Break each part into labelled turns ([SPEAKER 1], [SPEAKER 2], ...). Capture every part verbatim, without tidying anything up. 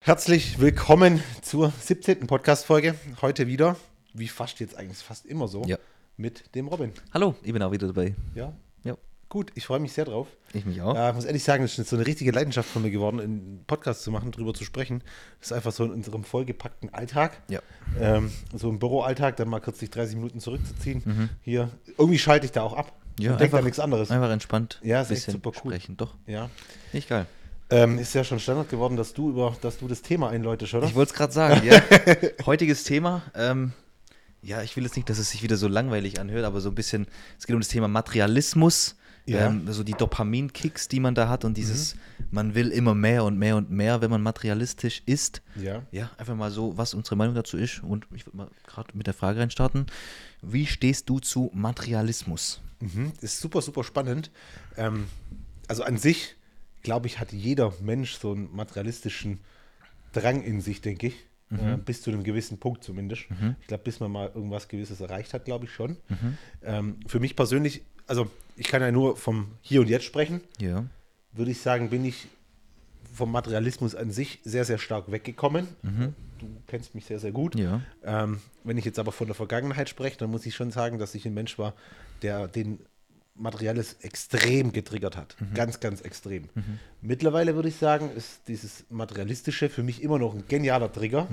[SPEAKER 1] Herzlich willkommen zur siebzehnten Podcast-Folge. Heute wieder, wie fast jetzt eigentlich fast immer so,
[SPEAKER 2] Ja.
[SPEAKER 1] mit dem Robin.
[SPEAKER 2] Hallo, ich bin auch wieder dabei.
[SPEAKER 1] Ja,
[SPEAKER 2] Ja,
[SPEAKER 1] gut, ich freue mich sehr drauf.
[SPEAKER 2] ich mich auch.
[SPEAKER 1] Ich muss ehrlich sagen, es ist jetzt so eine richtige Leidenschaft von mir geworden, einen Podcast zu machen, drüber zu sprechen. Das ist einfach so in unserem vollgepackten Alltag.
[SPEAKER 2] Ja.
[SPEAKER 1] Ähm, so im Büroalltag, dann mal kurz sich dreißig Minuten zurückzuziehen. Hier, irgendwie schalte ich da auch ab.
[SPEAKER 2] Ja,
[SPEAKER 1] und denke
[SPEAKER 2] einfach,
[SPEAKER 1] an nichts anderes.
[SPEAKER 2] einfach entspannt
[SPEAKER 1] Ja,
[SPEAKER 2] ein
[SPEAKER 1] ist echt
[SPEAKER 2] bisschen
[SPEAKER 1] super cool.
[SPEAKER 2] sprechen. Doch,
[SPEAKER 1] Ja.
[SPEAKER 2] nicht geil.
[SPEAKER 1] Ähm, ist ja schon Standard geworden, dass du über, dass du das Thema einläutest, oder?
[SPEAKER 2] Ich wollte es gerade sagen, ja. Heutiges Thema, ähm, ja, ich will jetzt nicht, dass es sich wieder so langweilig anhört, aber so ein bisschen, es geht um das Thema Materialismus,
[SPEAKER 1] Ja.
[SPEAKER 2] ähm, so die Dopamin-Kicks, die man da hat und dieses, man will immer mehr und mehr und mehr, wenn man materialistisch ist.
[SPEAKER 1] Ja.
[SPEAKER 2] Ja, einfach mal so, was unsere Meinung dazu ist und ich würde mal gerade mit der Frage reinstarten. Wie stehst du zu Materialismus?
[SPEAKER 1] Mhm. Ist super, super spannend. Ähm, also an sich, glaube ich, hat jeder Mensch so einen materialistischen Drang in sich, denke ich. Äh, bis zu einem gewissen Punkt zumindest. Ich glaube, bis man mal irgendwas Gewisses erreicht hat, glaube ich schon. Ähm, für mich persönlich, also ich kann ja nur vom Hier und Jetzt sprechen,
[SPEAKER 2] Ja.
[SPEAKER 1] würde ich sagen, bin ich vom Materialismus an sich sehr, sehr stark weggekommen. Du kennst mich sehr, sehr gut.
[SPEAKER 2] Ja.
[SPEAKER 1] Ähm, wenn ich jetzt aber von der Vergangenheit spreche, dann muss ich schon sagen, dass ich ein Mensch war, der den Materielles extrem getriggert hat. Ganz, ganz extrem. Mittlerweile würde ich sagen, ist dieses Materialistische für mich immer noch ein genialer Trigger,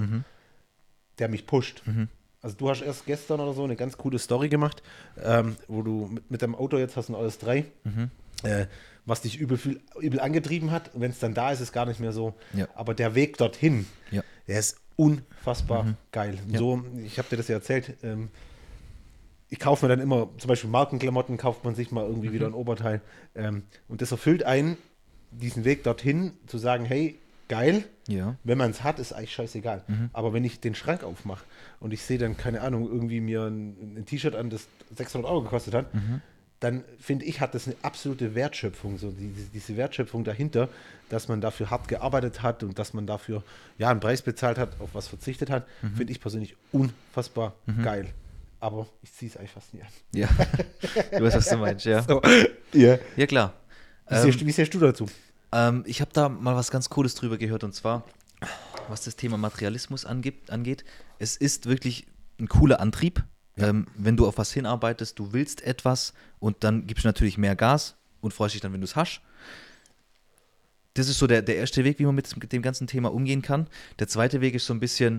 [SPEAKER 1] der mich pusht. Also du hast erst gestern oder so eine ganz coole Story gemacht, ähm, wo du mit, mit deinem Auto jetzt hast und alles drei, äh, was dich übel, viel, übel angetrieben hat. Und wenn es dann da ist, ist es gar nicht mehr so.
[SPEAKER 2] Ja.
[SPEAKER 1] Aber der Weg dorthin,
[SPEAKER 2] Ja.
[SPEAKER 1] der ist unfassbar geil.
[SPEAKER 2] Ja.
[SPEAKER 1] So, ich habe dir das ja erzählt, ähm, ich kaufe mir dann immer, zum Beispiel Markenklamotten, kauft man sich mal irgendwie wieder ein Oberteil. Ähm, und das erfüllt einen, diesen Weg dorthin, zu sagen, hey, geil,
[SPEAKER 2] Ja.
[SPEAKER 1] wenn man es hat, ist eigentlich scheißegal. Aber wenn ich den Schrank aufmache und ich sehe dann, keine Ahnung, irgendwie mir ein, ein T-Shirt an, das sechshundert Euro gekostet hat, dann finde ich, hat das eine absolute Wertschöpfung, so die, diese Wertschöpfung dahinter, dass man dafür hart gearbeitet hat und dass man dafür ja einen Preis bezahlt hat, auf was verzichtet hat, finde ich persönlich unfassbar geil. Aber ich ziehe es eigentlich fast nie an.
[SPEAKER 2] Ja. Du weißt, was du meinst, ja.
[SPEAKER 1] So, ja.
[SPEAKER 2] Ja, klar.
[SPEAKER 1] Wie,
[SPEAKER 2] Ähm,
[SPEAKER 1] siehst, du- wie siehst du dazu?
[SPEAKER 2] ähm, ich habe da mal was ganz Cooles drüber gehört und zwar, was das Thema Materialismus angeht, angeht es ist wirklich ein cooler Antrieb. Ähm, wenn du auf was hinarbeitest, du willst etwas und dann gibst du natürlich mehr Gas und freust dich dann, wenn du es hast. Das ist so der, der erste Weg, wie man mit, mit dem ganzen Thema umgehen kann. Der zweite Weg ist so ein bisschen,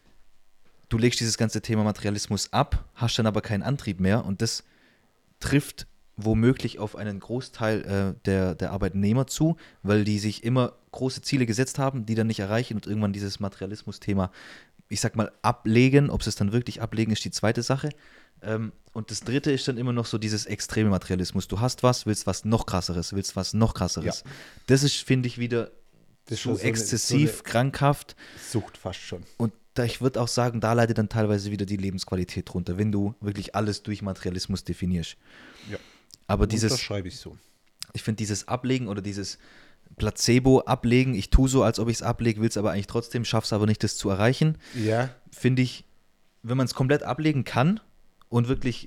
[SPEAKER 2] du legst dieses ganze Thema Materialismus ab, hast dann aber keinen Antrieb mehr und das trifft womöglich auf einen Großteil äh, der, der Arbeitnehmer zu, weil die sich immer große Ziele gesetzt haben, die dann nicht erreichen und irgendwann dieses Materialismus-Thema, ich sag mal, ablegen. Ob sie es dann wirklich ablegen, ist die zweite Sache. Ähm, und das dritte ist dann immer noch so dieses extreme Materialismus. Du hast was, willst was noch krasseres, willst was noch krasseres.
[SPEAKER 1] Ja.
[SPEAKER 2] Das ist, finde ich, wieder
[SPEAKER 1] Das ist
[SPEAKER 2] zu
[SPEAKER 1] schon so eine-
[SPEAKER 2] exzessiv,
[SPEAKER 1] so
[SPEAKER 2] krankhaft.
[SPEAKER 1] Sucht fast schon.
[SPEAKER 2] Und da, ich würde auch sagen, da leidet dann teilweise wieder die Lebensqualität runter, wenn du wirklich alles durch Materialismus definierst.
[SPEAKER 1] Ja.
[SPEAKER 2] Aber
[SPEAKER 1] Das
[SPEAKER 2] dieses,
[SPEAKER 1] schreibe ich so.
[SPEAKER 2] ich finde dieses Ablegen oder dieses Placebo ablegen, ich tue so, als ob ich es ablege, will es aber eigentlich trotzdem, schaff's aber nicht, das zu erreichen,
[SPEAKER 1] Ja,
[SPEAKER 2] finde ich, wenn man es komplett ablegen kann und wirklich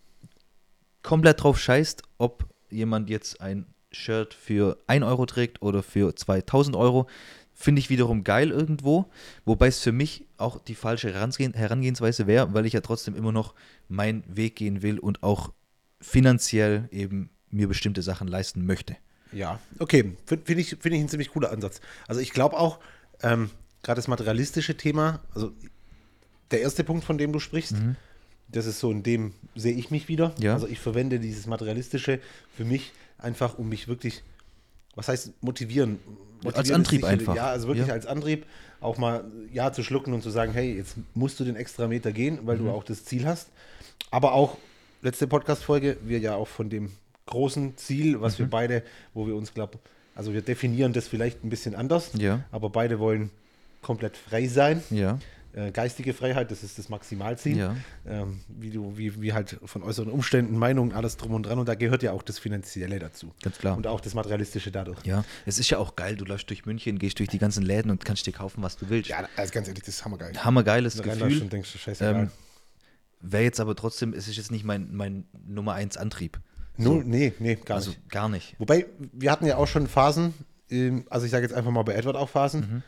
[SPEAKER 2] komplett drauf scheißt, ob jemand jetzt ein Shirt für ein Euro trägt oder für zweitausend Euro, finde ich wiederum geil irgendwo, wobei es für mich auch die falsche Herangehen, Herangehensweise wäre, weil ich ja trotzdem immer noch meinen Weg gehen will und auch finanziell eben mir bestimmte Sachen leisten möchte.
[SPEAKER 1] ja. Okay, finde find ich, find ich ein ziemlich cooler Ansatz. Also ich glaube auch, ähm, gerade das materialistische Thema, also der erste Punkt, von dem du sprichst, das ist so, in dem sehe ich mich wieder.
[SPEAKER 2] Ja.
[SPEAKER 1] Also ich verwende dieses Materialistische für mich einfach, um mich wirklich, was heißt motivieren? Motivieren
[SPEAKER 2] Als
[SPEAKER 1] ist
[SPEAKER 2] Antrieb
[SPEAKER 1] sicher-
[SPEAKER 2] einfach.
[SPEAKER 1] Ja, also wirklich
[SPEAKER 2] Ja.
[SPEAKER 1] als Antrieb auch mal Ja zu schlucken und zu sagen, hey, jetzt musst du den extra Meter gehen, weil
[SPEAKER 2] Mhm.
[SPEAKER 1] du auch das Ziel hast. Aber auch, letzte Podcast-Folge, wir ja auch von dem großen Ziel, was
[SPEAKER 2] Mhm.
[SPEAKER 1] wir beide, wo wir uns, glaube also wir definieren das vielleicht ein bisschen anders,
[SPEAKER 2] Ja.
[SPEAKER 1] aber beide wollen komplett frei sein.
[SPEAKER 2] Ja,
[SPEAKER 1] Äh, geistige Freiheit, das ist das Maximalziel.
[SPEAKER 2] ja,
[SPEAKER 1] Ähm, wie du, wie, wie halt von äußeren Umständen, Meinungen, alles drum und dran. Und da gehört ja auch das Finanzielle dazu.
[SPEAKER 2] ganz klar.
[SPEAKER 1] Und auch das Materialistische dadurch.
[SPEAKER 2] Ja, es ist ja auch geil, du läufst durch München, gehst durch die ganzen Läden und kannst dir kaufen, was du willst.
[SPEAKER 1] Ja, also ganz ehrlich, das ist hammergeil.
[SPEAKER 2] Hammergeiles
[SPEAKER 1] Wenn du reinläufst
[SPEAKER 2] Gefühl.
[SPEAKER 1] und denkst, scheißegal.
[SPEAKER 2] Ähm, Wäre jetzt aber trotzdem, es ist jetzt nicht mein, mein Nummer eins Antrieb.
[SPEAKER 1] Null, nee, nee, gar
[SPEAKER 2] Also
[SPEAKER 1] nicht.
[SPEAKER 2] gar nicht.
[SPEAKER 1] Wobei, wir hatten ja auch schon Phasen, ähm, also ich sage jetzt einfach mal bei Edward auch Phasen,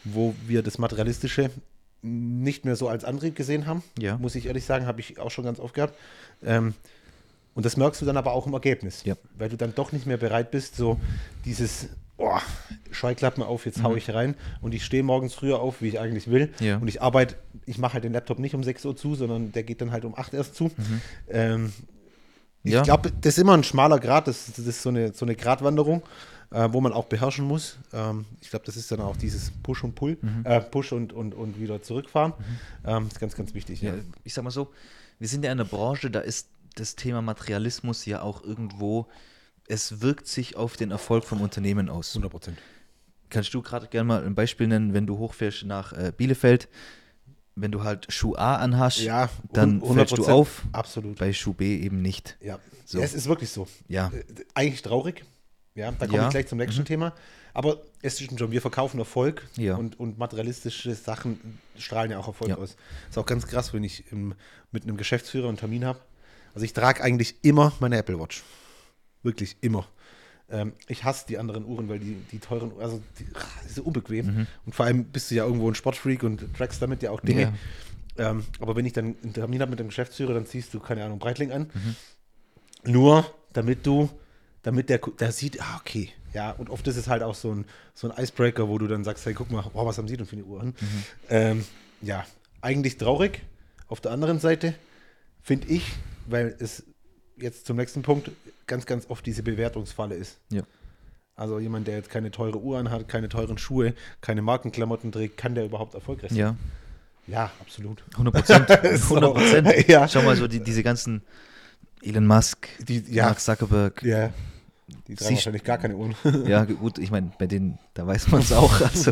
[SPEAKER 1] wo wir das Materialistische nicht mehr so als Antrieb gesehen haben,
[SPEAKER 2] Ja.
[SPEAKER 1] muss ich ehrlich sagen, habe ich auch schon ganz oft gehabt. Ähm, und das merkst du dann aber auch im Ergebnis,
[SPEAKER 2] Ja.
[SPEAKER 1] weil du dann doch nicht mehr bereit bist, so dieses, oh, Scheuklappen auf, jetzt hau
[SPEAKER 2] Mhm.
[SPEAKER 1] ich rein und ich stehe morgens früher auf, wie ich eigentlich will
[SPEAKER 2] Ja.
[SPEAKER 1] und ich arbeite, ich mache halt den Laptop nicht um sechs Uhr zu, sondern der geht dann halt um acht erst zu. Ähm, ich
[SPEAKER 2] Ja.
[SPEAKER 1] glaube, das ist immer ein schmaler Grat, das, das ist so eine, so eine Gratwanderung, äh, wo man auch beherrschen muss. Ähm, ich glaube, das ist dann auch dieses Push und Pull, äh, Push und, und, und wieder zurückfahren. Ähm, ist ganz, ganz wichtig. Ja.
[SPEAKER 2] Ja, ich sag mal so, wir sind ja in einer Branche, da ist das Thema Materialismus ja auch irgendwo, es wirkt sich auf den Erfolg vom Unternehmen aus.
[SPEAKER 1] hundert Prozent.
[SPEAKER 2] Kannst du gerade gerne mal ein Beispiel nennen, wenn du hochfährst nach äh, Bielefeld, wenn du halt Schuh A anhast,
[SPEAKER 1] Ja,
[SPEAKER 2] dann
[SPEAKER 1] hundert
[SPEAKER 2] fällst du
[SPEAKER 1] Prozent.
[SPEAKER 2] auf,
[SPEAKER 1] Absolut.
[SPEAKER 2] bei Schuh B eben nicht.
[SPEAKER 1] Ja.
[SPEAKER 2] So.
[SPEAKER 1] Ja, es ist wirklich so.
[SPEAKER 2] Ja,
[SPEAKER 1] Äh, Eigentlich traurig. Ja, da komme
[SPEAKER 2] Ja.
[SPEAKER 1] ich gleich zum nächsten Thema. Aber es ist schon, wir verkaufen Erfolg
[SPEAKER 2] Ja.
[SPEAKER 1] und, und materialistische Sachen strahlen ja auch Erfolg
[SPEAKER 2] Ja.
[SPEAKER 1] aus. Ist auch ganz krass, wenn ich im, mit einem Geschäftsführer einen Termin habe. Also ich trage eigentlich immer meine Apple Watch. Wirklich immer. Ähm, ich hasse die anderen Uhren, weil die, die teuren, also die, ach, die sind unbequem.
[SPEAKER 2] Mhm.
[SPEAKER 1] Und vor allem bist du ja irgendwo ein Sportfreak und trackst damit ja auch Dinge.
[SPEAKER 2] Ja.
[SPEAKER 1] Ähm, aber wenn ich dann einen Termin habe mit dem Geschäftsführer, dann ziehst du, keine Ahnung, Breitling an.
[SPEAKER 2] Mhm.
[SPEAKER 1] Nur damit du, damit der, der sieht, ah, okay. Ja, und oft ist es halt auch so ein, so ein Icebreaker, wo du dann sagst, hey, guck mal, wow, was haben sie denn für eine Uhr an?
[SPEAKER 2] Mhm.
[SPEAKER 1] Ähm, ja, eigentlich traurig. Auf der anderen Seite finde ich, weil es jetzt zum nächsten Punkt ganz, ganz oft diese Bewertungsfalle ist.
[SPEAKER 2] Ja.
[SPEAKER 1] Also jemand, der jetzt keine teure Uhr anhat, keine teuren Schuhe, keine Markenklamotten trägt, kann der überhaupt erfolgreich sein?
[SPEAKER 2] ja,
[SPEAKER 1] Ja, absolut.
[SPEAKER 2] hundert Prozent.
[SPEAKER 1] So.
[SPEAKER 2] hundert Prozent.
[SPEAKER 1] Ja.
[SPEAKER 2] Schau mal so die, diese ganzen Elon Musk,
[SPEAKER 1] Die, ja,
[SPEAKER 2] Mark Zuckerberg.
[SPEAKER 1] ja, die tragen
[SPEAKER 2] Sie-
[SPEAKER 1] wahrscheinlich gar keine Uhren.
[SPEAKER 2] Ja, gut, ich meine, bei denen, da weiß man es auch. Also,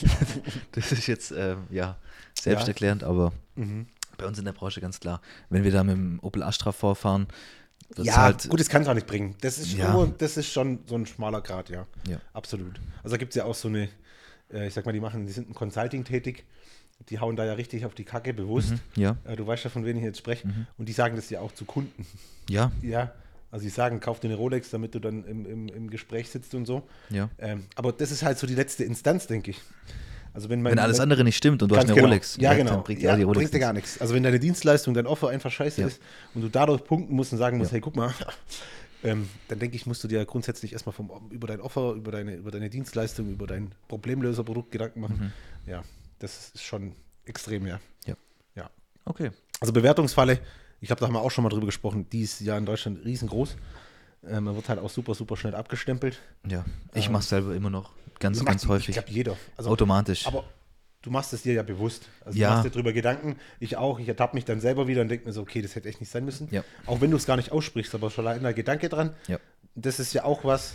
[SPEAKER 2] das ist jetzt, ähm, ja, selbsterklärend, aber
[SPEAKER 1] Mhm.
[SPEAKER 2] bei uns in der Branche ganz klar. Wenn wir da mit dem Opel Astra vorfahren, das
[SPEAKER 1] Ja,
[SPEAKER 2] ist halt,
[SPEAKER 1] gut, das kann es auch nicht bringen. Das ist,
[SPEAKER 2] Ja.
[SPEAKER 1] nur, das ist schon so ein schmaler Grad, ja.
[SPEAKER 2] Ja.
[SPEAKER 1] Absolut. Also da gibt es ja auch so eine, äh, ich sag mal, die machen, die sind im Consulting tätig, die hauen da ja richtig auf die Kacke bewusst.
[SPEAKER 2] ja,
[SPEAKER 1] Äh, du weißt ja, von wem ich jetzt spreche. Und die sagen das ja auch zu Kunden.
[SPEAKER 2] ja,
[SPEAKER 1] Ja, also die sagen, kauf dir eine Rolex, damit du dann im, im, im Gespräch sitzt und so.
[SPEAKER 2] ja.
[SPEAKER 1] Ähm, aber das ist halt so die letzte Instanz, denke ich. Also wenn, mein,
[SPEAKER 2] Wenn alles
[SPEAKER 1] wenn,
[SPEAKER 2] andere nicht stimmt und du hast
[SPEAKER 1] Ganz
[SPEAKER 2] eine
[SPEAKER 1] genau.
[SPEAKER 2] Rolex,
[SPEAKER 1] Ja,
[SPEAKER 2] dann
[SPEAKER 1] genau.
[SPEAKER 2] bringt dir
[SPEAKER 1] Ja,
[SPEAKER 2] auch die Rolex
[SPEAKER 1] bringt dir gar nichts. Also wenn deine Dienstleistung, dein Offer einfach scheiße
[SPEAKER 2] Ja.
[SPEAKER 1] ist und du dadurch punkten musst und sagen musst,
[SPEAKER 2] Ja.
[SPEAKER 1] hey, guck mal, ähm, dann denke ich, musst du dir grundsätzlich erstmal vom, über dein Offer, über deine, über deine Dienstleistung, über dein Problemlöserprodukt Gedanken machen. Ja, das ist schon extrem, ja.
[SPEAKER 2] Ja.
[SPEAKER 1] Ja.
[SPEAKER 2] Okay.
[SPEAKER 1] Also Bewertungsfalle, ich glaube, da haben wir auch schon mal drüber gesprochen, die ist ja in Deutschland riesengroß. Äh, man wird halt auch super, super schnell abgestempelt.
[SPEAKER 2] Ja, ich
[SPEAKER 1] Ähm,
[SPEAKER 2] mache selber immer noch ganz,
[SPEAKER 1] Das
[SPEAKER 2] ganz
[SPEAKER 1] macht,
[SPEAKER 2] häufig.
[SPEAKER 1] Ich glaube, jeder. Also,
[SPEAKER 2] Automatisch.
[SPEAKER 1] aber du machst es dir ja bewusst. Also
[SPEAKER 2] Ja.
[SPEAKER 1] du machst dir drüber Gedanken. Ich auch. Ich ertappe mich dann selber wieder und denke mir so, okay, das hätte echt nicht sein müssen.
[SPEAKER 2] Ja.
[SPEAKER 1] Auch wenn du es gar nicht aussprichst, aber schon allein der Gedanke dran.
[SPEAKER 2] Ja.
[SPEAKER 1] Das ist ja auch was,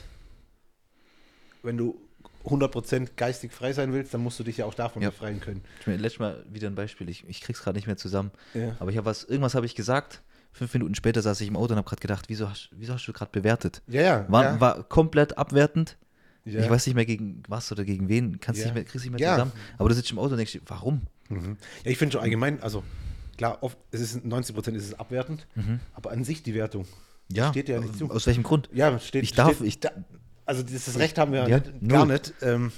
[SPEAKER 1] wenn du hundert Prozent geistig frei sein willst, dann musst du dich ja auch davon
[SPEAKER 2] Ja.
[SPEAKER 1] befreien können.
[SPEAKER 2] Ich meine, letztes Mal wieder ein Beispiel, ich, ich krieg's gerade nicht mehr zusammen,
[SPEAKER 1] Ja.
[SPEAKER 2] aber ich habe was, irgendwas habe ich gesagt, fünf Minuten später saß ich im Auto und habe gerade gedacht, wieso hast, wieso hast du gerade bewertet?
[SPEAKER 1] Ja, ja.
[SPEAKER 2] War,
[SPEAKER 1] ja.
[SPEAKER 2] war komplett abwertend.
[SPEAKER 1] ja.
[SPEAKER 2] Ich weiß nicht mehr gegen was oder gegen wen, kannst
[SPEAKER 1] Ja.
[SPEAKER 2] nicht mehr, kriegst nicht mehr
[SPEAKER 1] Ja.
[SPEAKER 2] zusammen. Aber du sitzt im Auto und denkst dir, warum?
[SPEAKER 1] Mhm. Ja, ich finde schon allgemein, also klar, oft, es ist neunzig Prozent ist es abwertend, aber an sich die Wertung.
[SPEAKER 2] Ja,
[SPEAKER 1] Steht dir ja nicht zu.
[SPEAKER 2] aus welchem Grund?
[SPEAKER 1] Ja, steht,
[SPEAKER 2] Ich darf-
[SPEAKER 1] steht,
[SPEAKER 2] ich-
[SPEAKER 1] da, also dieses Recht haben wir
[SPEAKER 2] Ja,
[SPEAKER 1] nicht,
[SPEAKER 2] null.
[SPEAKER 1] gar nicht. Ähm,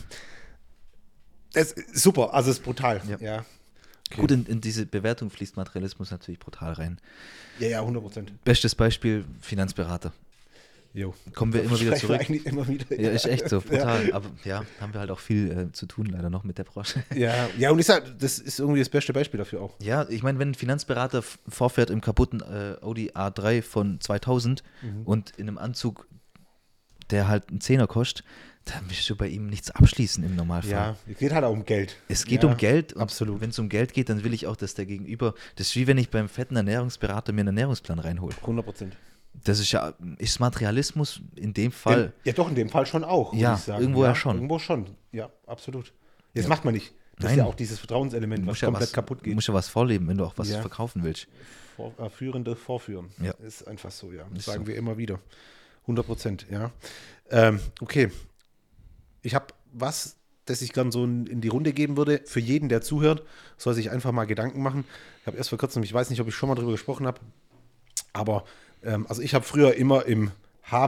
[SPEAKER 1] es ist super, also es ist brutal.
[SPEAKER 2] Ja.
[SPEAKER 1] Ja, okay.
[SPEAKER 2] Gut, in, in diese Bewertung fließt Materialismus natürlich brutal rein.
[SPEAKER 1] ja, ja, hundert Prozent.
[SPEAKER 2] Bestes Beispiel, Finanzberater.
[SPEAKER 1] Jo.
[SPEAKER 2] Kommen wir immer wieder
[SPEAKER 1] Sprechen wir
[SPEAKER 2] zurück.
[SPEAKER 1] eigentlich immer wieder.
[SPEAKER 2] Ja, ist echt so, brutal. Aber ja, haben wir halt auch viel äh, zu tun, leider noch mit der Branche.
[SPEAKER 1] Ja, ja, und ich sag, das ist irgendwie das beste Beispiel dafür auch.
[SPEAKER 2] Ja, ich meine, wenn ein Finanzberater f- vorfährt im kaputten äh, Audi A drei von zweitausend
[SPEAKER 1] Mhm.
[SPEAKER 2] und in einem Anzug, der halt einen Zehner kostet, dann willst du bei ihm nichts abschließen im Normalfall.
[SPEAKER 1] Ja, es geht halt auch um Geld.
[SPEAKER 2] Es geht
[SPEAKER 1] Ja,
[SPEAKER 2] um Geld und
[SPEAKER 1] absolut.
[SPEAKER 2] wenn es um Geld geht, dann will ich auch, dass der Gegenüber, das ist wie wenn ich beim fetten Ernährungsberater mir einen Ernährungsplan reinhole.
[SPEAKER 1] hundert Prozent.
[SPEAKER 2] Das ist ja, ist Materialismus in dem Fall,
[SPEAKER 1] Ja, doch, in dem Fall schon auch, würde
[SPEAKER 2] Ja,
[SPEAKER 1] ich sagen.
[SPEAKER 2] irgendwo ja schon.
[SPEAKER 1] Irgendwo schon, ja, absolut. Das
[SPEAKER 2] Ja.
[SPEAKER 1] macht man nicht. Das
[SPEAKER 2] Nein.
[SPEAKER 1] ist ja auch dieses Vertrauenselement,
[SPEAKER 2] du
[SPEAKER 1] was
[SPEAKER 2] musst ja
[SPEAKER 1] komplett
[SPEAKER 2] was,
[SPEAKER 1] kaputt
[SPEAKER 2] du
[SPEAKER 1] geht.
[SPEAKER 2] musst ja was vorleben, wenn du auch was
[SPEAKER 1] Ja.
[SPEAKER 2] verkaufen willst.
[SPEAKER 1] Vor, äh, Führende vorführen.
[SPEAKER 2] Ja.
[SPEAKER 1] Ist einfach so, ja. Das
[SPEAKER 2] Ist
[SPEAKER 1] sagen
[SPEAKER 2] so.
[SPEAKER 1] wir immer wieder. hundert Prozent, ja. Ähm, okay. Ich habe was, das ich gern so in, in die Runde geben würde. Für jeden, der zuhört, soll sich einfach mal Gedanken machen. Ich habe erst vor kurzem, ich weiß nicht, ob ich schon mal darüber gesprochen habe, aber ähm, also ich habe früher immer im Haben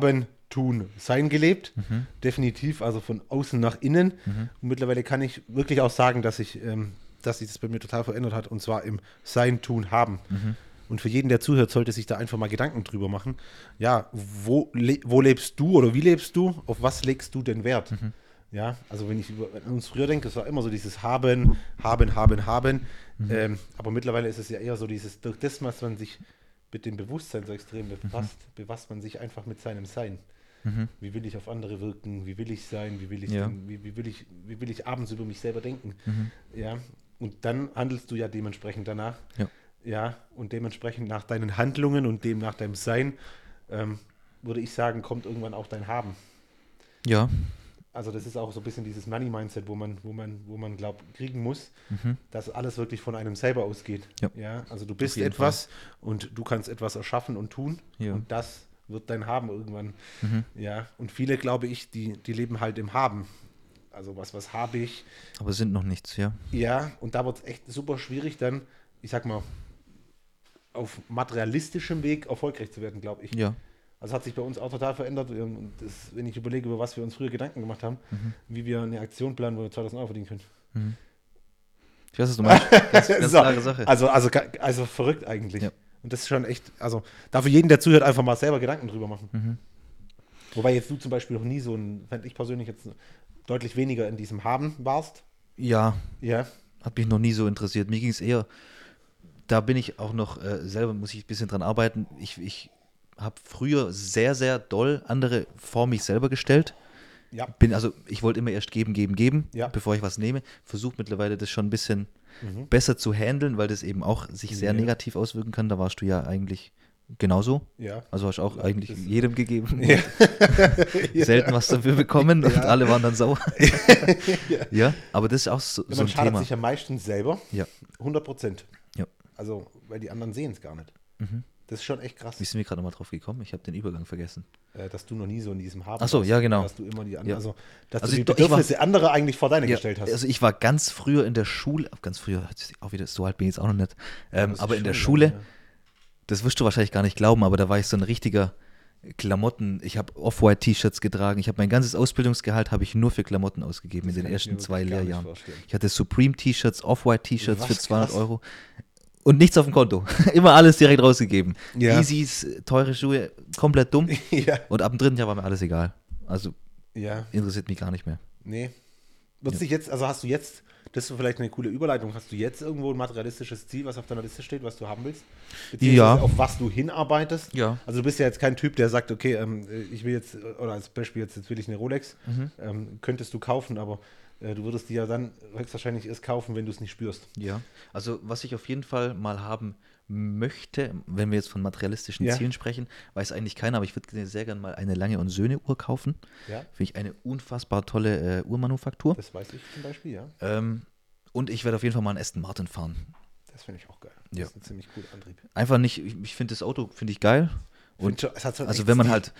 [SPEAKER 1] Tun, Sein gelebt.
[SPEAKER 2] Mhm.
[SPEAKER 1] Definitiv, also von außen nach innen.
[SPEAKER 2] Mhm.
[SPEAKER 1] Und mittlerweile kann ich wirklich auch sagen, dass ich, ähm, dass sich das bei mir total verändert hat. Und zwar im Sein, Tun, Haben.
[SPEAKER 2] Mhm.
[SPEAKER 1] Und für jeden, der zuhört, sollte sich da einfach mal Gedanken drüber machen. Ja, wo, le wo lebst du oder wie lebst du? Auf was legst du denn Wert?
[SPEAKER 2] Mhm.
[SPEAKER 1] Ja, also wenn ich über, an uns früher denke, es war immer so dieses Haben, Haben, Haben, Haben.
[SPEAKER 2] Mhm.
[SPEAKER 1] Ähm, aber mittlerweile ist es ja eher so dieses, durch das, was man sich mit dem Bewusstsein so extrem befasst, mhm. befasst man sich einfach mit seinem Sein.
[SPEAKER 2] Mhm.
[SPEAKER 1] Wie will ich auf andere wirken? Wie will ich sein? Wie will ich,
[SPEAKER 2] Ja.
[SPEAKER 1] denn, wie, wie, will ich, wie will ich abends über mich selber denken?
[SPEAKER 2] Mhm.
[SPEAKER 1] Ja, und dann handelst du ja dementsprechend danach.
[SPEAKER 2] Ja.
[SPEAKER 1] Ja, und dementsprechend nach deinen Handlungen und dem nach deinem Sein, ähm, würde ich sagen, kommt irgendwann auch dein Haben.
[SPEAKER 2] Ja.
[SPEAKER 1] Also das ist auch so ein bisschen dieses Money-Mindset, wo man, wo man, wo man glaubt, kriegen muss,
[SPEAKER 2] Mhm.
[SPEAKER 1] dass alles wirklich von einem selber ausgeht.
[SPEAKER 2] Ja.
[SPEAKER 1] Ja, also du bist
[SPEAKER 2] jeden
[SPEAKER 1] etwas und du kannst etwas erschaffen und tun
[SPEAKER 2] Ja.
[SPEAKER 1] und das wird dein Haben irgendwann.
[SPEAKER 2] Mhm.
[SPEAKER 1] Ja, und viele, glaube ich, die, die leben halt im Haben. Also was, was habe ich?
[SPEAKER 2] Aber sind noch nichts, ja.
[SPEAKER 1] Ja, und da wird es echt super schwierig dann, ich sag mal, auf materialistischem Weg erfolgreich zu werden, glaube ich.
[SPEAKER 2] Ja.
[SPEAKER 1] Also hat sich bei uns auch total verändert. Und das, wenn ich überlege, über was wir uns früher Gedanken gemacht haben,
[SPEAKER 2] Mhm.
[SPEAKER 1] wie wir eine Aktion planen, wo wir zweitausend Euro verdienen können.
[SPEAKER 2] Mhm. Ich weiß, was du meinst. Ganz, ganz
[SPEAKER 1] So,
[SPEAKER 2] klare Sache.
[SPEAKER 1] Also, also, also verrückt eigentlich.
[SPEAKER 2] Ja.
[SPEAKER 1] Und das ist schon echt, also da für jeden, der zuhört, einfach mal selber Gedanken drüber machen.
[SPEAKER 2] Mhm.
[SPEAKER 1] Wobei jetzt du zum Beispiel noch nie so ein, fände ich persönlich jetzt deutlich weniger in diesem Haben warst.
[SPEAKER 2] Ja,
[SPEAKER 1] Ja.
[SPEAKER 2] hat mich noch nie so interessiert. Mir ging es eher, da bin ich auch noch äh, selber, muss ich ein bisschen dran arbeiten. Ich, ich habe früher sehr, sehr doll andere vor mich selber gestellt.
[SPEAKER 1] Ja.
[SPEAKER 2] Bin also, ich wollte immer erst geben, geben, geben,
[SPEAKER 1] Ja.
[SPEAKER 2] bevor ich was nehme. Versuche mittlerweile das schon ein bisschen
[SPEAKER 1] Mhm.
[SPEAKER 2] besser zu handeln, weil das eben auch sich sehr
[SPEAKER 1] Ja.
[SPEAKER 2] negativ auswirken kann. Da warst du ja eigentlich genauso.
[SPEAKER 1] Ja.
[SPEAKER 2] Also hast auch
[SPEAKER 1] Ja,
[SPEAKER 2] eigentlich
[SPEAKER 1] das-
[SPEAKER 2] jedem gegeben.
[SPEAKER 1] Ja.
[SPEAKER 2] Selten was dafür bekommen und
[SPEAKER 1] Ja.
[SPEAKER 2] alle waren dann sauer.
[SPEAKER 1] Ja.
[SPEAKER 2] Ja, aber das ist auch so,
[SPEAKER 1] Ja,
[SPEAKER 2] so
[SPEAKER 1] man
[SPEAKER 2] ein
[SPEAKER 1] schadet
[SPEAKER 2] Thema.
[SPEAKER 1] sich am meisten selber.
[SPEAKER 2] Ja.
[SPEAKER 1] hundert Prozent.
[SPEAKER 2] Ja.
[SPEAKER 1] Also, weil die anderen sehen es gar nicht.
[SPEAKER 2] Mhm.
[SPEAKER 1] Das ist schon echt krass,
[SPEAKER 2] Wie sind wir gerade nochmal drauf gekommen? Ich habe den Übergang vergessen.
[SPEAKER 1] äh, dass du noch nie so in diesem Haben
[SPEAKER 2] Ach so,
[SPEAKER 1] warst.
[SPEAKER 2] ja, genau.
[SPEAKER 1] Dass du immer die anderen,
[SPEAKER 2] Ja.
[SPEAKER 1] also, dass
[SPEAKER 2] Also
[SPEAKER 1] du die
[SPEAKER 2] ich- doch, ich war-
[SPEAKER 1] Bedürfnisse anderer eigentlich vor deine
[SPEAKER 2] Ja,
[SPEAKER 1] gestellt hast.
[SPEAKER 2] also ich war ganz früher in der Schule, ganz früher, auch wieder, so alt bin ich jetzt auch noch nicht, ähm,
[SPEAKER 1] Das ist
[SPEAKER 2] aber in der
[SPEAKER 1] schon
[SPEAKER 2] Schule,
[SPEAKER 1] lange,
[SPEAKER 2] das wirst du wahrscheinlich gar nicht glauben, aber da war ich so ein richtiger Klamotten, ich habe Off-White-T-Shirts getragen, ich habe mein ganzes Ausbildungsgehalt habe ich nur für Klamotten ausgegeben
[SPEAKER 1] Das
[SPEAKER 2] in den
[SPEAKER 1] kann ich
[SPEAKER 2] ersten
[SPEAKER 1] mir
[SPEAKER 2] zwei
[SPEAKER 1] wirklich gar nicht
[SPEAKER 2] Lehrjahren.
[SPEAKER 1] vorstellen.
[SPEAKER 2] Ich hatte Supreme-T-Shirts, Off-White-T-Shirts
[SPEAKER 1] Was,
[SPEAKER 2] für zweihundert
[SPEAKER 1] krass.
[SPEAKER 2] Euro und nichts auf dem Konto. Immer alles direkt rausgegeben.
[SPEAKER 1] Ja.
[SPEAKER 2] Yeezys, teure Schuhe, komplett dumm.
[SPEAKER 1] ja,
[SPEAKER 2] Und ab dem dritten Jahr war mir alles egal. Also
[SPEAKER 1] ja,
[SPEAKER 2] interessiert mich gar nicht mehr.
[SPEAKER 1] nee. Wird
[SPEAKER 2] Ja.
[SPEAKER 1] dich jetzt, also hast du jetzt, das ist vielleicht eine coole Überleitung, hast du jetzt irgendwo ein materialistisches Ziel, was auf deiner Liste steht, was du haben willst? Beziehungsweise
[SPEAKER 2] Ja.
[SPEAKER 1] auf was du hinarbeitest?
[SPEAKER 2] Ja.
[SPEAKER 1] Also du bist ja jetzt kein Typ, der sagt, okay, ähm, ich will jetzt, oder als Beispiel jetzt, jetzt will ich eine Rolex,
[SPEAKER 2] Mhm.
[SPEAKER 1] ähm, könntest du kaufen, aber äh, du würdest die ja dann höchstwahrscheinlich erst kaufen, wenn du es nicht spürst.
[SPEAKER 2] Ja, also was ich auf jeden Fall mal haben möchte, wenn wir jetzt von materialistischen
[SPEAKER 1] Ja.
[SPEAKER 2] Zielen sprechen, weiß eigentlich keiner, aber ich würde sehr gerne mal eine Lange- und Söhne-Uhr kaufen.
[SPEAKER 1] Ja,
[SPEAKER 2] Finde ich eine unfassbar tolle äh, Uhrmanufaktur.
[SPEAKER 1] das weiß ich zum Beispiel, ja.
[SPEAKER 2] Ähm, und ich werde auf jeden Fall mal einen Aston Martin fahren.
[SPEAKER 1] Das finde ich auch geil.
[SPEAKER 2] Ja.
[SPEAKER 1] Das ist ein ziemlich cooler Antrieb.
[SPEAKER 2] Einfach nicht, ich, ich finde das Auto, finde ich geil. Und
[SPEAKER 1] Find schon- es hat so einen
[SPEAKER 2] also
[SPEAKER 1] echt
[SPEAKER 2] wenn man
[SPEAKER 1] Stil.
[SPEAKER 2] halt,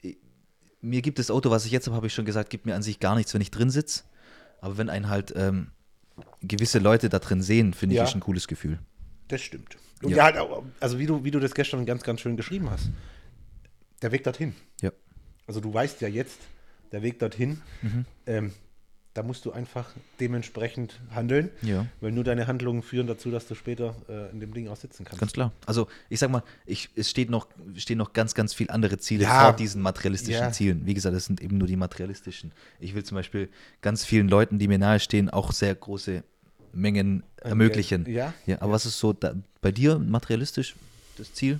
[SPEAKER 2] mir gibt das Auto, was ich jetzt habe, habe ich schon gesagt, gibt mir an sich gar nichts, wenn ich drin sitze. Aber wenn einen halt ähm, gewisse Leute da drin sehen, finde ich,
[SPEAKER 1] Ja.
[SPEAKER 2] ist ein cooles Gefühl.
[SPEAKER 1] Das stimmt. Und
[SPEAKER 2] Ja.
[SPEAKER 1] ja, halt auch, also wie du, wie du das gestern ganz, ganz schön geschrieben hast. Der Weg dorthin.
[SPEAKER 2] Ja.
[SPEAKER 1] Also du weißt ja jetzt, der Weg dorthin,
[SPEAKER 2] Mhm.
[SPEAKER 1] ähm, da musst du einfach dementsprechend handeln,
[SPEAKER 2] Ja.
[SPEAKER 1] weil nur deine Handlungen führen dazu, dass du später äh, in dem Ding auch sitzen kannst.
[SPEAKER 2] Ganz klar. Also ich sag mal, ich, es steht noch, stehen noch ganz, ganz viele andere Ziele
[SPEAKER 1] Ja.
[SPEAKER 2] vor diesen materialistischen
[SPEAKER 1] Ja.
[SPEAKER 2] Zielen. Wie gesagt, das sind eben nur die materialistischen. Ich will zum Beispiel ganz vielen Leuten, die mir nahestehen, auch sehr große Mengen ermöglichen.
[SPEAKER 1] Ja.
[SPEAKER 2] Ja, aber was ist so da, bei dir materialistisch das Ziel?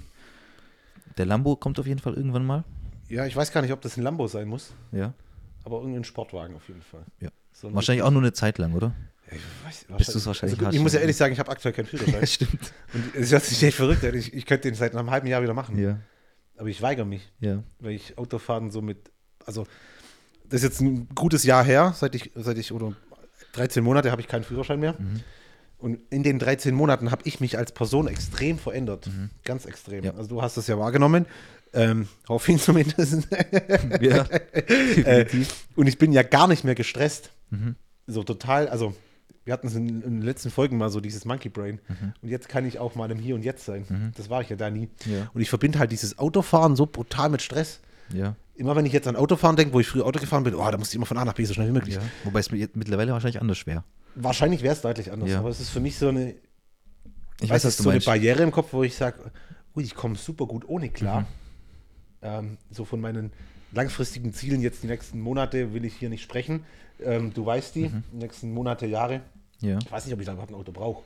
[SPEAKER 2] Der Lambo kommt auf jeden Fall irgendwann mal.
[SPEAKER 1] Ja, ich weiß gar nicht, ob das ein Lambo sein muss,
[SPEAKER 2] Ja.
[SPEAKER 1] aber irgendein Sportwagen auf jeden Fall.
[SPEAKER 2] Ja.
[SPEAKER 1] So ein
[SPEAKER 2] Wahrscheinlich auch nur eine Zeit lang, oder?
[SPEAKER 1] Ja, ich weiß,
[SPEAKER 2] Bis du's wahrscheinlich
[SPEAKER 1] also,
[SPEAKER 2] hast,
[SPEAKER 1] Ich muss ja
[SPEAKER 2] ja.
[SPEAKER 1] ehrlich sagen, ich habe aktuell keinen Führerschein.
[SPEAKER 2] Stimmt.
[SPEAKER 1] Und es hört sich echt verrückt an. Ich, ich könnte den seit einem halben Jahr wieder machen.
[SPEAKER 2] Ja.
[SPEAKER 1] Aber ich weigere mich,
[SPEAKER 2] Ja.
[SPEAKER 1] weil ich Autofahren so mit, also das ist jetzt ein gutes Jahr her, seit ich, seit ich, oder dreizehn Monate habe ich keinen Führerschein mehr.
[SPEAKER 2] Mhm.
[SPEAKER 1] Und in den dreizehn Monaten habe ich mich als Person extrem verändert.
[SPEAKER 2] Mhm.
[SPEAKER 1] Ganz extrem.
[SPEAKER 2] Ja.
[SPEAKER 1] Also du hast das ja wahrgenommen. Ähm, hoffe ich zumindest.
[SPEAKER 2] Ja.
[SPEAKER 1] äh, und ich bin ja gar nicht mehr gestresst.
[SPEAKER 2] Mhm.
[SPEAKER 1] So total, also wir hatten es in, in den letzten Folgen mal so dieses Monkey Brain.
[SPEAKER 2] Mhm.
[SPEAKER 1] Und jetzt kann ich auch mal im Hier und Jetzt sein.
[SPEAKER 2] Mhm.
[SPEAKER 1] Das war ich ja da nie.
[SPEAKER 2] Ja.
[SPEAKER 1] Und ich verbinde halt dieses Autofahren so brutal mit Stress.
[SPEAKER 2] Ja.
[SPEAKER 1] immer wenn ich jetzt an Autofahren denke, wo ich früher Auto gefahren bin, oh, da musste ich immer von A nach B so schnell wie möglich.
[SPEAKER 2] Ja. Wobei es mit- mittlerweile wahrscheinlich anders schwer.
[SPEAKER 1] Wahrscheinlich wäre es deutlich anders,
[SPEAKER 2] Ja.
[SPEAKER 1] aber es ist für mich so eine,
[SPEAKER 2] Ich
[SPEAKER 1] weiß,
[SPEAKER 2] weiß, was du
[SPEAKER 1] so eine
[SPEAKER 2] meinst.
[SPEAKER 1] Barriere im Kopf, wo ich sage, ui, ich komme super gut ohne klar.
[SPEAKER 2] Mhm.
[SPEAKER 1] Ähm, so von meinen langfristigen Zielen jetzt die nächsten Monate will ich hier nicht sprechen. Ähm, du weißt die,
[SPEAKER 2] Mhm.
[SPEAKER 1] die nächsten Monate, Jahre.
[SPEAKER 2] Ja.
[SPEAKER 1] Ich weiß nicht, ob ich da überhaupt ein Auto brauche.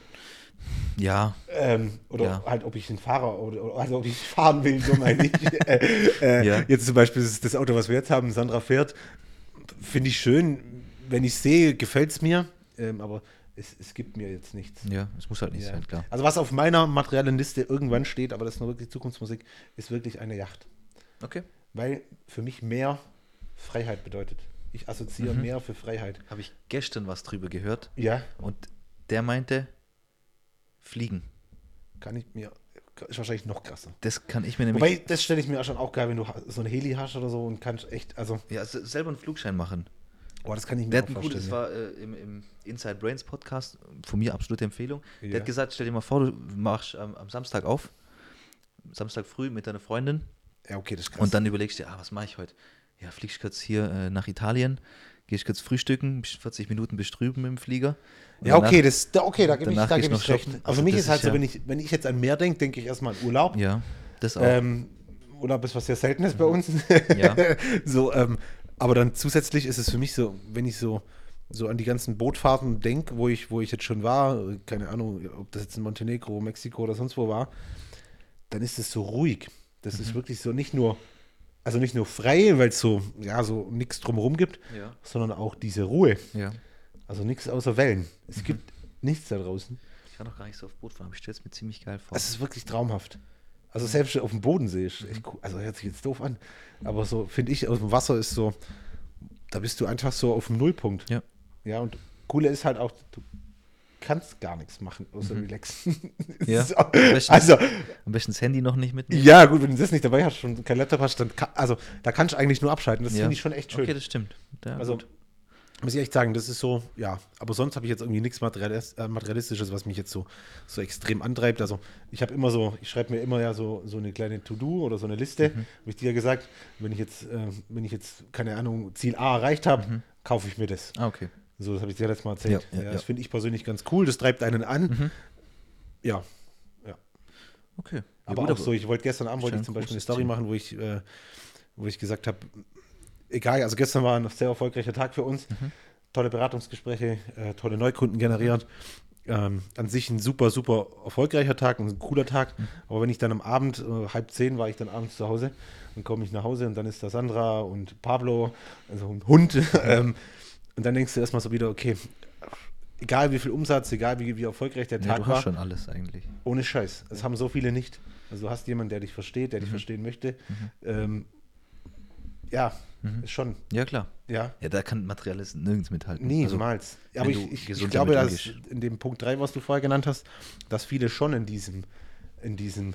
[SPEAKER 2] Ja.
[SPEAKER 1] Ähm, oder
[SPEAKER 2] Ja.
[SPEAKER 1] halt, ob ich einen Fahrer oder, oder also ob ich fahren will, so meine ich. äh, äh,
[SPEAKER 2] Ja.
[SPEAKER 1] Jetzt zum Beispiel das, das Auto, was wir jetzt haben, Sandra fährt, finde ich schön. Wenn ich sehe, gefällt es mir. Ähm, aber es, es gibt mir jetzt nichts.
[SPEAKER 2] Ja, es muss halt nicht
[SPEAKER 1] Ja.
[SPEAKER 2] sein, klar.
[SPEAKER 1] Also was auf meiner materiellen Liste irgendwann steht, aber das ist nur wirklich Zukunftsmusik, ist wirklich eine Yacht.
[SPEAKER 2] Okay.
[SPEAKER 1] Weil für mich mehr Freiheit bedeutet. Ich assoziiere
[SPEAKER 2] Mhm.
[SPEAKER 1] mehr für Freiheit.
[SPEAKER 2] Habe ich gestern was drüber gehört
[SPEAKER 1] Ja,
[SPEAKER 2] und der meinte, fliegen.
[SPEAKER 1] kann ich mir, ist wahrscheinlich noch krasser.
[SPEAKER 2] Das kann ich mir nämlich.
[SPEAKER 1] Wobei, das stelle ich mir auch schon auch geil, wenn du ha- so ein Heli hast oder so und kannst echt, also,
[SPEAKER 2] ja, se- selber einen Flugschein machen.
[SPEAKER 1] boah, das kann ich mir
[SPEAKER 2] Der
[SPEAKER 1] auch
[SPEAKER 2] hat ein gutes,
[SPEAKER 1] vorstellen.
[SPEAKER 2] das war äh, im, im Inside Brains Podcast, von mir absolute Empfehlung.
[SPEAKER 1] Ja.
[SPEAKER 2] Der hat gesagt, stell dir mal vor, du machst ähm, am Samstag auf, Samstag früh mit deiner Freundin
[SPEAKER 1] Ja, okay, das ist krass.
[SPEAKER 2] und dann überlegst du dir, ah, was mache ich heute? Ja, fliegst kurz hier äh, nach Italien, gehst kurz frühstücken, bist vierzig Minuten bist drüben im Flieger. Und
[SPEAKER 1] ja, okay,
[SPEAKER 2] danach-
[SPEAKER 1] das, da, okay, da gebe ich,
[SPEAKER 2] danach
[SPEAKER 1] da
[SPEAKER 2] gehst
[SPEAKER 1] gebe
[SPEAKER 2] du
[SPEAKER 1] ich
[SPEAKER 2] noch
[SPEAKER 1] recht.
[SPEAKER 2] shoppen.
[SPEAKER 1] Aber
[SPEAKER 2] Also
[SPEAKER 1] für mich
[SPEAKER 2] das
[SPEAKER 1] ist halt
[SPEAKER 2] ist
[SPEAKER 1] so,
[SPEAKER 2] ja-
[SPEAKER 1] wenn ich, wenn ich jetzt an Meer denke, denke ich erstmal an Urlaub.
[SPEAKER 2] Ja, das auch.
[SPEAKER 1] Ähm, Urlaub ist was sehr Seltenes bei uns.
[SPEAKER 2] Ja.
[SPEAKER 1] so, ähm, aber dann zusätzlich ist es für mich so, wenn ich so, so an die ganzen Bootfahrten denke, wo ich, wo ich jetzt schon war, keine Ahnung, ob das jetzt in Montenegro, Mexiko oder sonst wo war, dann ist es so ruhig. Das
[SPEAKER 2] Mhm.
[SPEAKER 1] ist wirklich so nicht nur, also nicht nur frei, weil es so, ja, so nichts drumherum gibt,
[SPEAKER 2] Ja.
[SPEAKER 1] sondern auch diese Ruhe.
[SPEAKER 2] Ja.
[SPEAKER 1] Also nichts außer Wellen. Es
[SPEAKER 2] Mhm.
[SPEAKER 1] gibt nichts da draußen.
[SPEAKER 2] Ich kann noch gar nicht so auf Boot fahren, aber ich stelle es mir ziemlich geil vor.
[SPEAKER 1] Es ist wirklich traumhaft. Also selbst auf dem Bodensee ist echt cool. Also hört sich jetzt doof an. Aber so finde ich, aus dem Wasser ist so, da bist du einfach so auf dem Nullpunkt.
[SPEAKER 2] Ja.
[SPEAKER 1] Ja, und coole ist halt auch, du kannst gar nichts machen, außer
[SPEAKER 2] Mhm.
[SPEAKER 1] relaxen.
[SPEAKER 2] Ja.
[SPEAKER 1] so,
[SPEAKER 2] Am besten,
[SPEAKER 1] also,
[SPEAKER 2] am besten das Handy noch nicht mitnehmen.
[SPEAKER 1] ja, gut, wenn du das nicht dabei hast und kein Laptop hast, dann kann, also da kannst du eigentlich nur abschalten. Das
[SPEAKER 2] Ja.
[SPEAKER 1] finde ich schon echt schön.
[SPEAKER 2] Okay, das stimmt. Ja,
[SPEAKER 1] also
[SPEAKER 2] gut.
[SPEAKER 1] muss ich echt sagen, das ist so, ja, aber sonst habe ich jetzt irgendwie nichts Materialis äh, Materialistisches, was mich jetzt so, so extrem antreibt. Also ich habe immer so, ich schreibe mir immer ja so, so eine kleine To-Do oder so eine Liste,
[SPEAKER 2] Mhm.
[SPEAKER 1] habe ich dir ja gesagt, wenn ich jetzt, äh, wenn ich jetzt, keine Ahnung, Ziel A erreicht habe,
[SPEAKER 2] Mhm.
[SPEAKER 1] kaufe ich mir das.
[SPEAKER 2] Ah, okay.
[SPEAKER 1] So, das habe ich dir letztes Mal erzählt.
[SPEAKER 2] Ja,
[SPEAKER 1] Ja,
[SPEAKER 2] ja,
[SPEAKER 1] das
[SPEAKER 2] ja.
[SPEAKER 1] finde ich persönlich ganz cool, das treibt einen an.
[SPEAKER 2] Mhm.
[SPEAKER 1] Ja,
[SPEAKER 2] Okay. Ja,
[SPEAKER 1] aber
[SPEAKER 2] gut,
[SPEAKER 1] auch so, ich wollte gestern Abend wollte
[SPEAKER 2] Scheint
[SPEAKER 1] ich zum
[SPEAKER 2] ein
[SPEAKER 1] Beispiel eine
[SPEAKER 2] großes
[SPEAKER 1] Story
[SPEAKER 2] Ziel.
[SPEAKER 1] machen, wo ich, äh, wo ich gesagt habe, egal, also gestern war ein sehr erfolgreicher Tag für uns,
[SPEAKER 2] Mhm.
[SPEAKER 1] tolle Beratungsgespräche, äh, tolle Neukunden generiert, ähm, an sich ein super, super erfolgreicher Tag und ein cooler Tag,
[SPEAKER 2] Mhm.
[SPEAKER 1] aber wenn ich dann am Abend, äh, halb zehn war ich dann abends zu Hause, dann komme ich nach Hause und dann ist da Sandra und Pablo, also ein Hund, ähm, und dann denkst du erstmal so wieder, okay, egal wie viel Umsatz, egal wie, wie erfolgreich der
[SPEAKER 2] Ja,
[SPEAKER 1] Tag
[SPEAKER 2] du
[SPEAKER 1] war,
[SPEAKER 2] hast schon alles eigentlich.
[SPEAKER 1] ohne Scheiß. Das haben so viele nicht. Also du hast jemanden, der dich versteht, der dich
[SPEAKER 2] Mhm.
[SPEAKER 1] verstehen möchte.
[SPEAKER 2] Mhm.
[SPEAKER 1] Ähm, ja,
[SPEAKER 2] Mhm.
[SPEAKER 1] ist schon,
[SPEAKER 2] Ja, klar.
[SPEAKER 1] ja,
[SPEAKER 2] Ja, da kann Materielles nirgends mithalten.
[SPEAKER 1] niemals.
[SPEAKER 2] wenn
[SPEAKER 1] Aber
[SPEAKER 2] du
[SPEAKER 1] ich, ich, ich
[SPEAKER 2] gesund
[SPEAKER 1] glaube,
[SPEAKER 2] damit
[SPEAKER 1] dass
[SPEAKER 2] umgehst.
[SPEAKER 1] in dem Punkt drei, was du vorher genannt hast, dass viele schon in diesem, in diesem,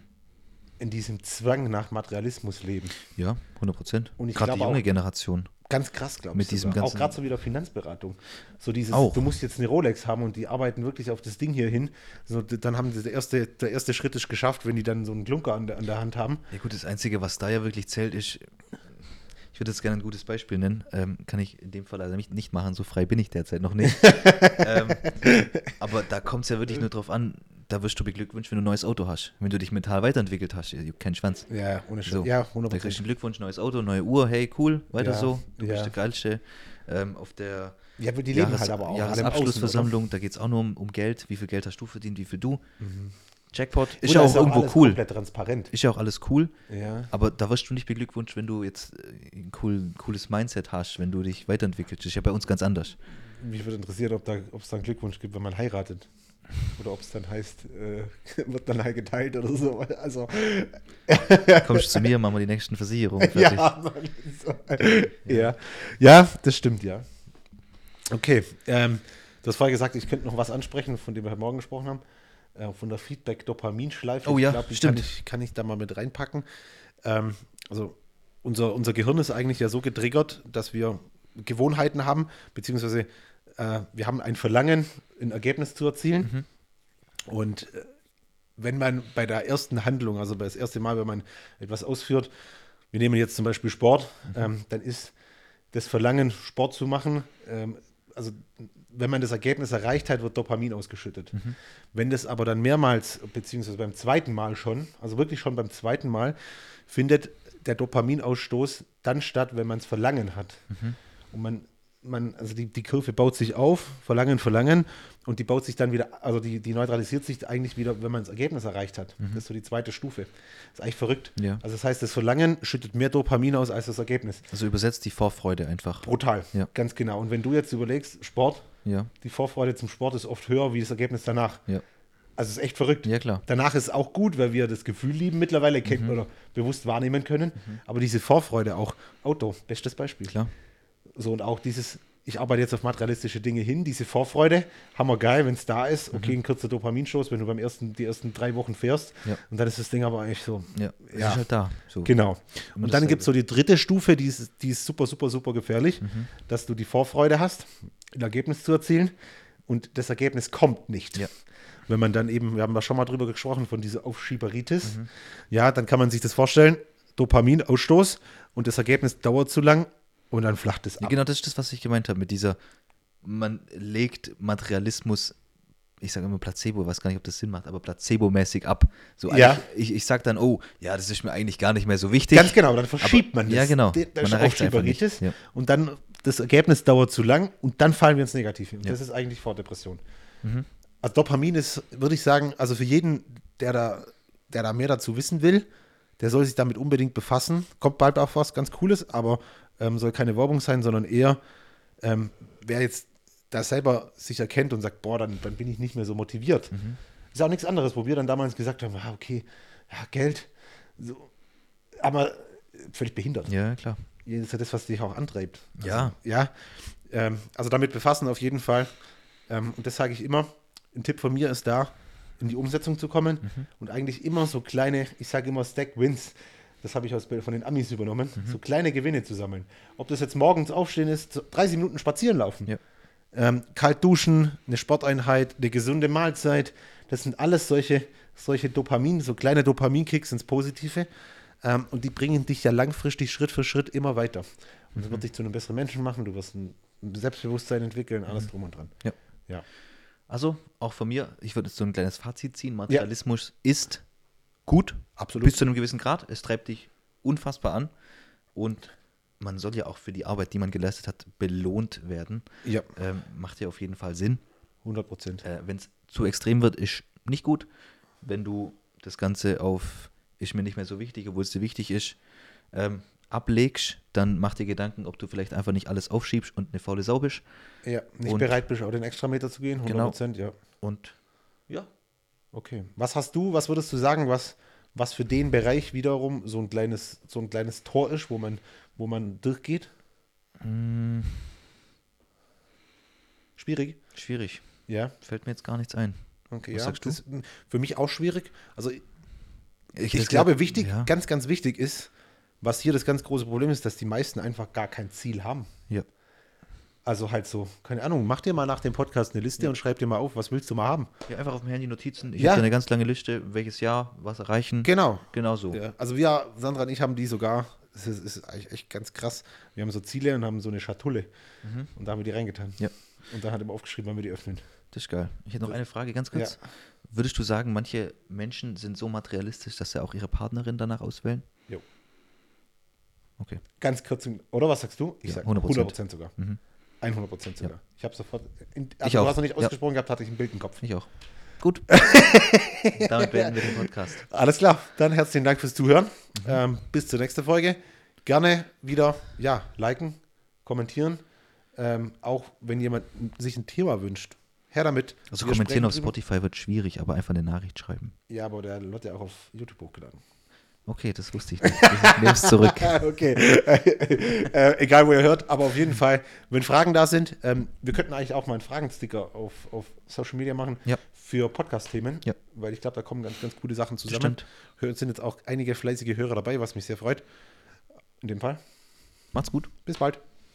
[SPEAKER 1] in diesem Zwang nach Materialismus leben.
[SPEAKER 2] Ja, hundert Prozent.
[SPEAKER 1] Und ich
[SPEAKER 2] Gerade die
[SPEAKER 1] glaube
[SPEAKER 2] junge
[SPEAKER 1] auch-
[SPEAKER 2] Generation.
[SPEAKER 1] Ganz krass, glaube ich.
[SPEAKER 2] Mit diesem
[SPEAKER 1] sogar. Auch
[SPEAKER 2] ganzen-
[SPEAKER 1] gerade so wieder Finanzberatung. So dieses,
[SPEAKER 2] Auch.
[SPEAKER 1] du musst jetzt eine Rolex haben und die arbeiten wirklich auf das Ding hier hin. So, d- dann haben sie der erste, der erste Schritt ist geschafft, wenn die dann so einen Klunker an der, an der Hand haben.
[SPEAKER 2] Ja gut, das Einzige, was da ja wirklich zählt, ist, ich würde jetzt gerne ein gutes Beispiel nennen, ähm, kann ich in dem Fall leider nicht, nicht machen, so frei bin ich derzeit noch nicht. ähm, aber da kommt es ja wirklich nur drauf an, da wirst du beglückwünscht, wenn du ein neues Auto hast. Wenn du dich mental weiterentwickelt hast, juckt keinen Schwanz.
[SPEAKER 1] Ja, ohne Scheiß.
[SPEAKER 2] So,
[SPEAKER 1] Ja,
[SPEAKER 2] da
[SPEAKER 1] hundert
[SPEAKER 2] kriegst du
[SPEAKER 1] Prozent.
[SPEAKER 2] einen Glückwunsch, neues Auto, neue Uhr, hey, cool, weiter
[SPEAKER 1] Ja,
[SPEAKER 2] so, du
[SPEAKER 1] ja.
[SPEAKER 2] bist der Geilste. Ähm, auf der
[SPEAKER 1] Ja, aber die leben
[SPEAKER 2] Jahres
[SPEAKER 1] halt aber auch alle im
[SPEAKER 2] Jahresabschlussversammlung, da geht es auch nur um, um Geld, wie viel Geld hast du verdient, wie viel du. Jackpot,
[SPEAKER 1] Außen,
[SPEAKER 2] ist
[SPEAKER 1] oder?
[SPEAKER 2] ja
[SPEAKER 1] Und
[SPEAKER 2] auch
[SPEAKER 1] da
[SPEAKER 2] irgendwo
[SPEAKER 1] alles
[SPEAKER 2] cool.
[SPEAKER 1] komplett transparent.
[SPEAKER 2] Ist ja auch alles cool,
[SPEAKER 1] Ja.
[SPEAKER 2] aber da wirst du nicht beglückwünscht, wenn du jetzt äh, ein cool, cooles Mindset hast, wenn du dich weiterentwickelst. Das ist ja bei uns ganz anders.
[SPEAKER 1] Mich würde interessieren, ob da, ob es da einen Glückwunsch gibt, wenn man heiratet. Oder ob es dann heißt, äh, wird dann halt geteilt oder so. Also,
[SPEAKER 2] Kommst zu mir, machen wir die nächsten Versicherungen fertig.
[SPEAKER 1] ja, Mann, so. ja. Ja, das stimmt, ja. Okay, ähm, du hast vorher gesagt, ich könnte noch was ansprechen, von dem wir heute Morgen gesprochen haben. Äh, von der Feedback-Dopaminschleife.
[SPEAKER 2] Oh ja,
[SPEAKER 1] ich glaub, die
[SPEAKER 2] stimmt.
[SPEAKER 1] Kann ich, kann ich da mal mit reinpacken. Ähm, also unser, unser Gehirn ist eigentlich ja so getriggert, dass wir Gewohnheiten haben, beziehungsweise äh, wir haben ein Verlangen, ein Ergebnis zu erzielen.
[SPEAKER 2] Mhm.
[SPEAKER 1] Und äh, wenn man bei der ersten Handlung, also bei das erste Mal, wenn man etwas ausführt, wir nehmen jetzt zum Beispiel Sport, mhm. ähm, dann ist das Verlangen, Sport zu machen, ähm, also wenn man das Ergebnis erreicht hat, wird Dopamin ausgeschüttet. Mhm. Wenn das aber dann mehrmals, beziehungsweise beim zweiten Mal schon, also wirklich schon beim zweiten Mal, findet der Dopaminausstoß dann statt, wenn man es Verlangen hat. Mhm. Und man, man also die, die Kurve baut sich auf, Verlangen, Verlangen, und die baut sich dann wieder, also die, die neutralisiert sich eigentlich wieder, wenn man das Ergebnis erreicht hat. Mhm. Das ist so die zweite Stufe. Das ist eigentlich verrückt. Ja. Also das heißt, das Verlangen schüttet mehr Dopamin aus als das Ergebnis.
[SPEAKER 2] Also übersetzt die Vorfreude einfach.
[SPEAKER 1] Brutal, ja. Ganz genau. Und wenn du jetzt überlegst, Sport,
[SPEAKER 2] ja.
[SPEAKER 1] die Vorfreude zum Sport ist oft höher wie das Ergebnis danach.
[SPEAKER 2] Ja.
[SPEAKER 1] Also es ist echt verrückt.
[SPEAKER 2] Ja, klar.
[SPEAKER 1] Danach ist es auch gut, weil wir das Gefühl lieben mittlerweile kennen mhm. oder bewusst wahrnehmen können. Mhm. Aber diese Vorfreude auch, Auto, bestes Beispiel.
[SPEAKER 2] Klar. So,
[SPEAKER 1] und auch dieses, ich arbeite jetzt auf materialistische Dinge hin, diese Vorfreude, hammergeil, wenn es da ist. Okay, mhm. ein kurzer Dopaminstoß, wenn du beim ersten, die ersten drei Wochen fährst. Ja. Und dann ist das Ding aber eigentlich so.
[SPEAKER 2] Ja, ja. Ist halt da. So.
[SPEAKER 1] Genau. Und, und dann gibt es so die dritte Stufe, die ist, die ist super, super, super gefährlich, mhm. dass du die Vorfreude hast, ein Ergebnis zu erzielen und das Ergebnis kommt nicht. Ja. Wenn man dann eben, wir haben da schon mal drüber gesprochen, von dieser Aufschieberitis, mhm. ja, dann kann man sich das vorstellen, Dopaminausstoß und das Ergebnis dauert zu lang und dann flacht es ab.
[SPEAKER 2] Ja, genau, das ist das, was ich gemeint habe mit dieser, man legt Materialismus, ich sage immer Placebo, weiß gar nicht, ob das Sinn macht, aber placebo-mäßig ab. So,
[SPEAKER 1] ja.
[SPEAKER 2] Ich, ich sage dann, oh, ja, das ist mir eigentlich gar nicht mehr so wichtig.
[SPEAKER 1] Ganz genau, dann verschiebt
[SPEAKER 2] aber,
[SPEAKER 1] man das.
[SPEAKER 2] Ja, genau.
[SPEAKER 1] Das man erreicht einfach nicht. Ja. Und dann, das Ergebnis dauert zu lang und dann fallen wir ins Negative. Und ja. das ist eigentlich Vordepression. Mhm. Also Dopamin ist, würde ich sagen, also für jeden, der da, der da mehr dazu wissen will, der soll sich damit unbedingt befassen. Kommt bald auch was ganz Cooles, aber ähm, soll keine Werbung sein, sondern eher, ähm, wer jetzt da selber sich erkennt und sagt, boah, dann, dann bin ich nicht mehr so motiviert. Mhm. Ist auch nichts anderes, wo wir dann damals gesagt haben, ah, okay, ja, Geld, so, aber völlig behindert.
[SPEAKER 2] Ja, klar.
[SPEAKER 1] Das ist ja das, was dich auch antreibt. Also,
[SPEAKER 2] ja.
[SPEAKER 1] Ja, ähm, also damit befassen auf jeden Fall. Ähm, und das sage ich immer, ein Tipp von mir ist da, in die Umsetzung zu kommen mhm. und eigentlich immer so kleine, ich sage immer Stack Wins, das habe ich aus, von den Amis übernommen, mhm. so kleine Gewinne zu sammeln. Ob das jetzt morgens aufstehen ist, dreißig Minuten spazieren laufen,
[SPEAKER 2] ja.
[SPEAKER 1] ähm, kalt duschen, eine Sporteinheit, eine gesunde Mahlzeit, das sind alles solche, solche Dopamin, so kleine Dopaminkicks ins Positive ähm, und die bringen dich ja langfristig Schritt für Schritt immer weiter. Und das mhm. wird dich zu einem besseren Menschen machen, du wirst ein Selbstbewusstsein entwickeln, alles mhm. drum und dran.
[SPEAKER 2] Ja.
[SPEAKER 1] Ja.
[SPEAKER 2] Also, auch von mir, ich würde jetzt so ein kleines Fazit ziehen. Materialismus ja. ist gut,
[SPEAKER 1] absolut,
[SPEAKER 2] bis zu einem gewissen Grad. Es treibt dich unfassbar an und man soll ja auch für die Arbeit, die man geleistet hat, belohnt werden.
[SPEAKER 1] Ja.
[SPEAKER 2] Ähm, macht ja auf jeden Fall Sinn.
[SPEAKER 1] hundert Prozent.
[SPEAKER 2] Äh, wenn es zu extrem wird, ist nicht gut. Wenn du das Ganze auf, ist mir nicht mehr so wichtig, obwohl es dir wichtig ist, ähm, ablegst, dann mach dir Gedanken, ob du vielleicht einfach nicht alles aufschiebst und eine faule Sau bist.
[SPEAKER 1] Ja, nicht und bereit bist, auch den Extrameter zu gehen, hundert Prozent,
[SPEAKER 2] genau.
[SPEAKER 1] Ja.
[SPEAKER 2] Und ja.
[SPEAKER 1] Okay. Was hast du, was würdest du sagen, was, was für den Bereich wiederum so ein kleines, so ein kleines Tor ist, wo man, wo man durchgeht?
[SPEAKER 2] Mm.
[SPEAKER 1] Schwierig?
[SPEAKER 2] Schwierig.
[SPEAKER 1] Ja.
[SPEAKER 2] Fällt mir jetzt gar nichts ein.
[SPEAKER 1] Okay,
[SPEAKER 2] was
[SPEAKER 1] ja.
[SPEAKER 2] sagst du?
[SPEAKER 1] Das ist für mich auch schwierig. Also ich,
[SPEAKER 2] ich,
[SPEAKER 1] ich glaube, wichtig,
[SPEAKER 2] ja.
[SPEAKER 1] ganz, ganz wichtig ist, was hier das ganz große Problem ist, dass die meisten einfach gar kein Ziel haben.
[SPEAKER 2] Ja.
[SPEAKER 1] Also halt so, keine Ahnung, mach dir mal nach dem Podcast eine Liste ja. und schreib dir mal auf, was willst du mal haben.
[SPEAKER 2] Ja, einfach auf dem Handy Notizen. Ich
[SPEAKER 1] ja.
[SPEAKER 2] habe eine ganz lange Liste, welches Jahr, was erreichen.
[SPEAKER 1] Genau.
[SPEAKER 2] Genau so.
[SPEAKER 1] Ja. Also wir, Sandra und ich, haben die sogar, das ist, ist eigentlich echt ganz krass, wir haben so Ziele und haben so eine Schatulle mhm. und da haben wir die reingetan.
[SPEAKER 2] Ja.
[SPEAKER 1] Und dann hat er aufgeschrieben, wann wir die öffnen.
[SPEAKER 2] Das ist geil. Ich hätte noch eine Frage, ganz kurz.
[SPEAKER 1] Ja.
[SPEAKER 2] Würdest du sagen, manche Menschen sind so materialistisch, dass sie auch ihre Partnerin danach auswählen?
[SPEAKER 1] Jo.
[SPEAKER 2] Okay.
[SPEAKER 1] Ganz kurz, oder was sagst du? Ich
[SPEAKER 2] ja,
[SPEAKER 1] sage
[SPEAKER 2] hundert Prozent.
[SPEAKER 1] hundert Prozent sogar.
[SPEAKER 2] Mhm.
[SPEAKER 1] hundert Prozent sogar. Ja. Ich habe sofort, in, also
[SPEAKER 2] ich
[SPEAKER 1] du
[SPEAKER 2] auch.
[SPEAKER 1] hast noch nicht ausgesprochen
[SPEAKER 2] ja.
[SPEAKER 1] gehabt, hatte ich ein Bild im Kopf.
[SPEAKER 2] Ich auch. Gut. Damit beenden wir den Podcast.
[SPEAKER 1] Alles klar, dann herzlichen Dank fürs Zuhören. Mhm. Ähm, bis zur nächsten Folge. Gerne wieder, ja, liken, kommentieren. Ähm, auch wenn jemand sich ein Thema wünscht. Her damit.
[SPEAKER 2] Also wir kommentieren auf Spotify wird schwierig, aber einfach eine Nachricht schreiben.
[SPEAKER 1] Ja, aber der wird ja auch auf YouTube hochgeladen.
[SPEAKER 2] Okay, das wusste ich nicht. Ich nehme es zurück.
[SPEAKER 1] Okay, äh, egal wo ihr hört, aber auf jeden Fall, wenn Fragen da sind, ähm, wir könnten eigentlich auch mal einen Fragensticker auf, auf Social Media machen
[SPEAKER 2] ja.
[SPEAKER 1] für Podcast-Themen,
[SPEAKER 2] ja.
[SPEAKER 1] weil ich glaube, da kommen ganz, ganz coole Sachen zusammen. Es sind jetzt auch einige fleißige Hörer dabei, was mich sehr freut. In dem Fall.
[SPEAKER 2] Macht's gut.
[SPEAKER 1] Bis bald.